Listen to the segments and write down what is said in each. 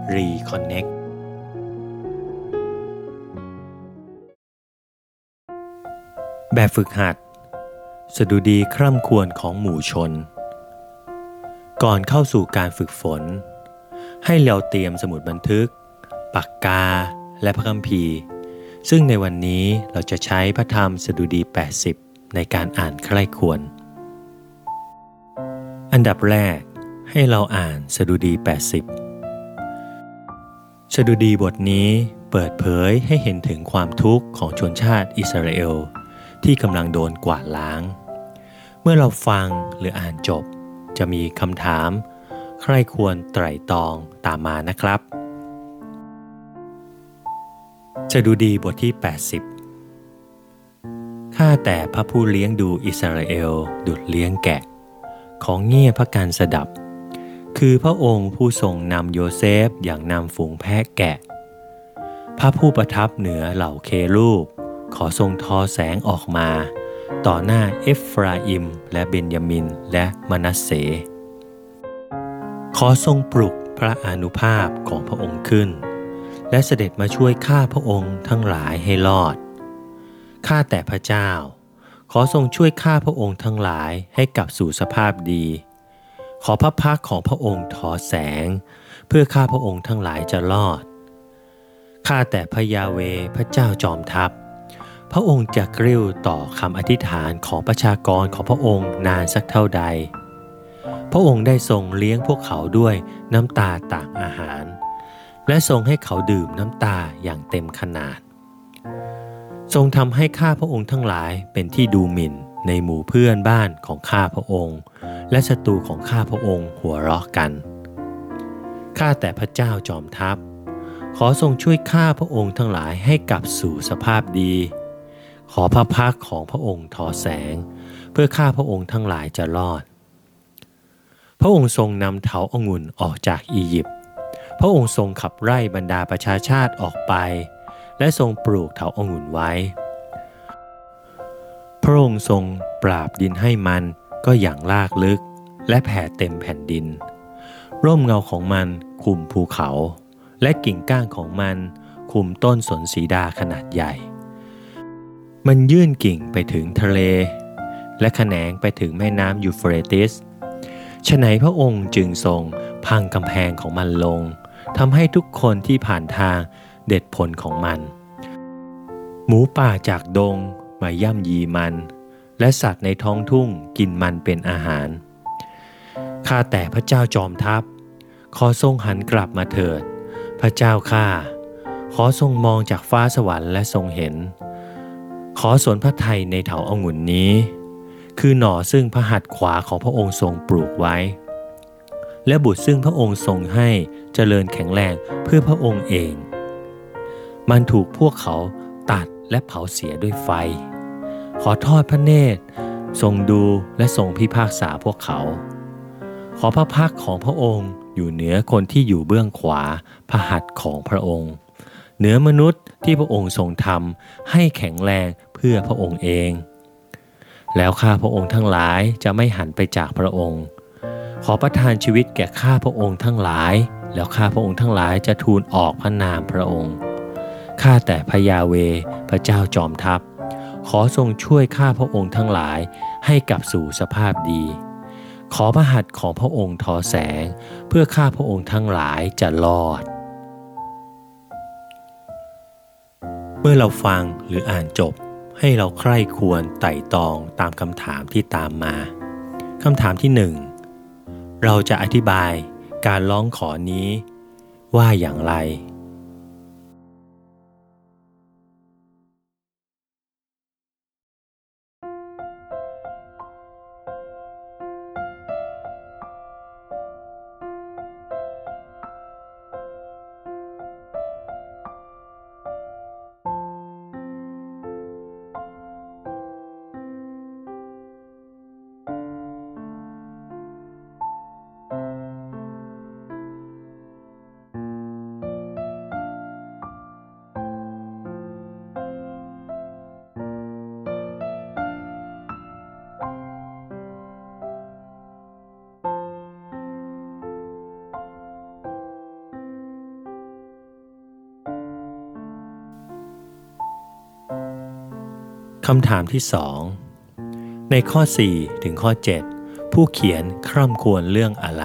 Reconnect แบบฝึกหัดสดุดีคร่ำครวญของหมู่ชนก่อนเข้าสู่การฝึกฝนให้เราเตรียมสมุดบันทึกปากกาและพระคัมภีร์ซึ่งในวันนี้เราจะใช้พระธรรมสดุดี80ในการอ่านใคร่ครวญอันดับแรกให้เราอ่านสดุดี80สดุดีบทนี้เปิดเผยให้เห็นถึงความทุกข์ของชนชาติอิสราเอลที่กำลังโดนกวาดล้างเมื่อเราฟังหรืออ่านจบจะมีคำถามใคร่ควรไตร่ตรองตามมานะครับสดุดีบทที่80ข้าแต่พระผู้เลี้ยงดูอิสราเอลดุจเลี้ยงแกะของเงี่ยพระกันสดับคือพระองค์ผู้ทรงนำโยเซฟอย่างนำฝูงแพะแกะพระผู้ประทับเหนือเหล่าเครูบขอทรงทอแสงออกมาต่อหน้าเอฟราอิมและเบนยามินและมนัสเสขอทรงปลุกพระอานุภาพของพระองค์ขึ้นและเสด็จมาช่วยข้าพระองค์ทั้งหลายให้รอดข้าแต่พระเจ้าขอทรงช่วยข้าพระองค์ทั้งหลายให้กลับสู่สภาพดีขอพระพักของพระองค์ทอแสงเพื่อข้าพระองค์ทั้งหลายจะรอดข้าแต่พระยาเวห์พระเจ้าจอมทัพพระองค์จะกริ้วต่อคำอธิษฐานของประชากรของพระองค์นานสักเท่าใดพระองค์ได้ทรงเลี้ยงพวกเขาด้วยน้ำตาต่างอาหารและทรงให้เขาดื่มน้ำตาอย่างเต็มขนาดทรงทำให้ข้าพระองค์ทั้งหลายเป็นที่ดูหมิ่นในหมู่เพื่อนบ้านของข้าพระองค์และศัตรูของข้าพระองค์หัวเราะกันข้าแต่พระเจ้าจอมทัพขอทรงช่วยข้าพระองค์ทั้งหลายให้กลับสู่สภาพดีขอพระพักของพระองค์ทอแสงเพื่อข้าพระองค์ทั้งหลายจะรอดพระองค์ทรงนำเถาองุ่นออกจากอียิปต์พระองค์ทรงขับไล่บรรดาประชาชาติออกไปและทรงปลูกเถาองุ่นไว้พระองค์ทรงปราบดินให้มันก็อย่างลากลึกและแผ่เต็มแผ่นดินร่มเงาของมันคุมภูเขาและกิ่งก้านของมันคุมต้นสนสีดาขนาดใหญ่มันยื่นกิ่งไปถึงทะเลและแขนงไปถึงแม่น้ำยูเฟรติสฉะไหนพระองค์จึงทรงพังกำแพงของมันลงทำให้ทุกคนที่ผ่านทางเด็ดผลของมันหมูป่าจากดงมาย่ำยีมันและสัตว์ในท้องทุ่งกินมันเป็นอาหารข้าแต่พระเจ้าจอมทัพขอทรงหันกลับมาเถิดพระเจ้าข้าขอทรงมองจากฟ้าสวรรค์และทรงเห็นขอสนพระทัยในเถาองุ่นนี้คือหน่อซึ่งพระหัตถ์ขวาของพระองค์ทรงปลูกไว้และบุตรซึ่งพระองค์ทรงให้เจริญแข็งแรงเพื่อพระองค์เองมันถูกพวกเขาตัดและเผาเสียด้วยไฟขอทอดพระเนตรทรงดูและทรงพิพากษาพวกเขาขอพระพักของพระองค์อยู่เหนือคนที่อยู่เบื้องขวาพระหัตถ์ของพระองค์เหนือมนุษย์ที่พระองค์ทรงทำให้แข็งแรงเพื่อพระองค์เองแล้วข้าพระองค์ทั้งหลายจะไม่หันไปจากพระองค์ขอประทานชีวิตแก่ข้าพระองค์ทั้งหลายแล้วข้าพระองค์ทั้งหลายจะทูลออกพระนามพระองค์ข้าแต่พระยาเวห์พระเจ้าจอมทัพขอทรงช่วยข้าพระองค์ทั้งหลายให้กลับสู่สภาพดีขอพระหัตถ์ของพระองค์ทอแสงเพื่อข้าพระองค์ทั้งหลายจะรอดเมื่อเราฟังหรืออ่านจบให้เราใคร่ครวญไตร่ตรองตามคำถามที่ตามมาคำถามที่1เราจะอธิบายการร้องขอนี้ว่าอย่างไรคำถามที่ 2 ในข้อ 4 ถึงข้อ 7 ผู้เขียนคร่ำครวญเรื่องอะไร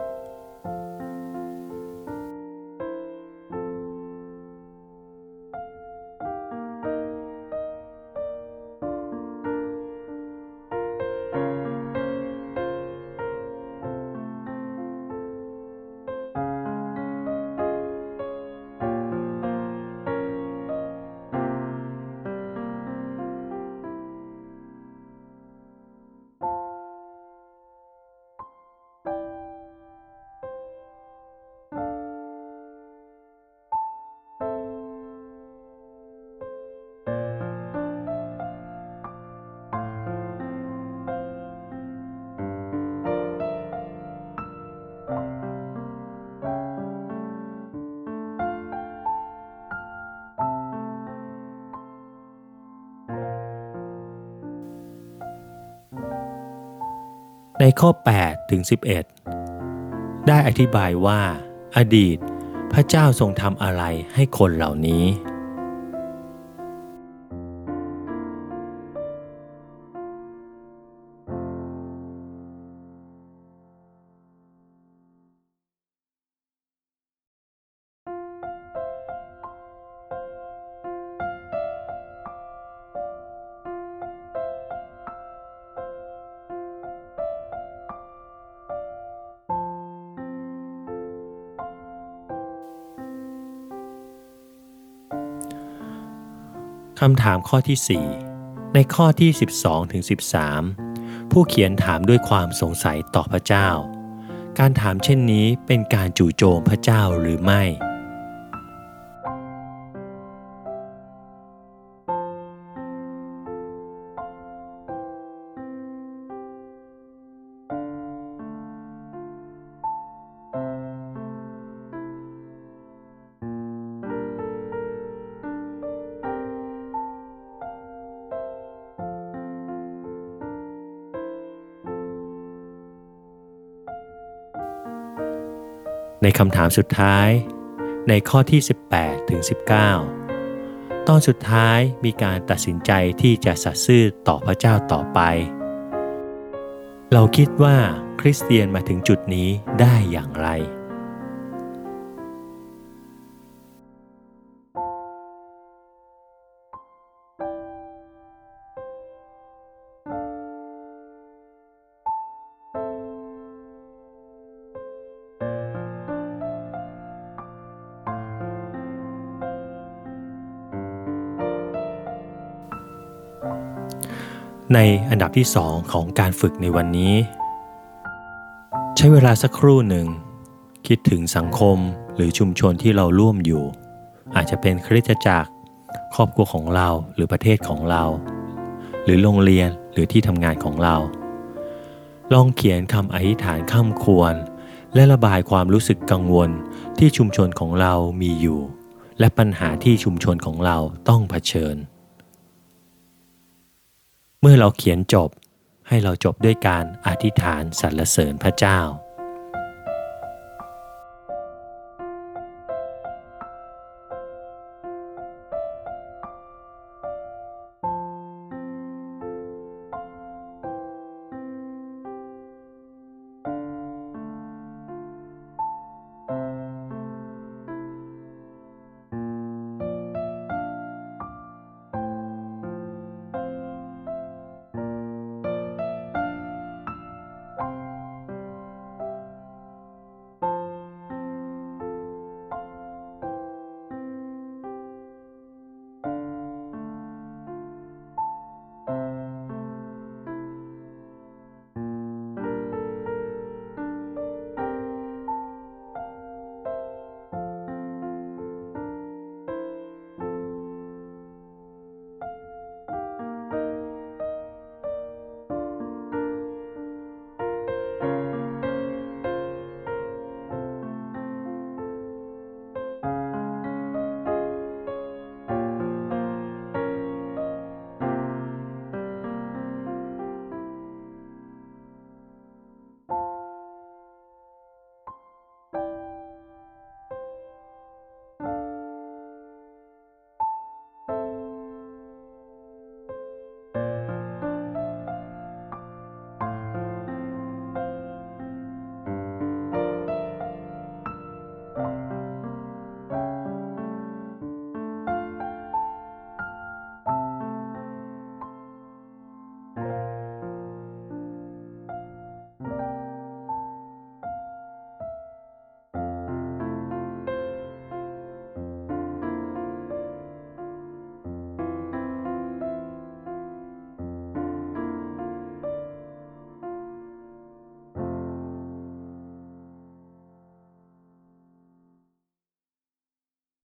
ในข้อ 8 ถึง 11 ได้อธิบายว่าอดีตพระเจ้าทรงทำอะไรให้คนเหล่านี้คำถามข้อที่ 4 ในข้อที่ 12 ถึง 13 ผู้เขียนถามด้วยความสงสัยต่อพระเจ้าการถามเช่นนี้เป็นการจู่โจมพระเจ้าหรือไม่ในคำถามสุดท้ายในข้อที่ 18 ถึง 19 ตอนสุดท้ายมีการตัดสินใจที่จะสัตย์ซื่อต่อพระเจ้าต่อไปเราคิดว่าคริสเตียนมาถึงจุดนี้ได้อย่างไรในอันดับที่ 2 ของการฝึกในวันนี้ใช้เวลาสักครู่หนึ่งคิดถึงสังคมหรือชุมชนที่เราร่วมอยู่อาจจะเป็นคริสตจักรครอบครัวของเราหรือประเทศของเราหรือโรงเรียนหรือที่ทำงานของเราลองเขียนคำอธิษฐานค่ำควรและระบายความรู้สึกกังวลที่ชุมชนของเรามีอยู่และปัญหาที่ชุมชนของเราต้องเผชิญเมื่อเราเขียนจบให้เราจบด้วยการอธิษฐานสรรเสริญพระเจ้า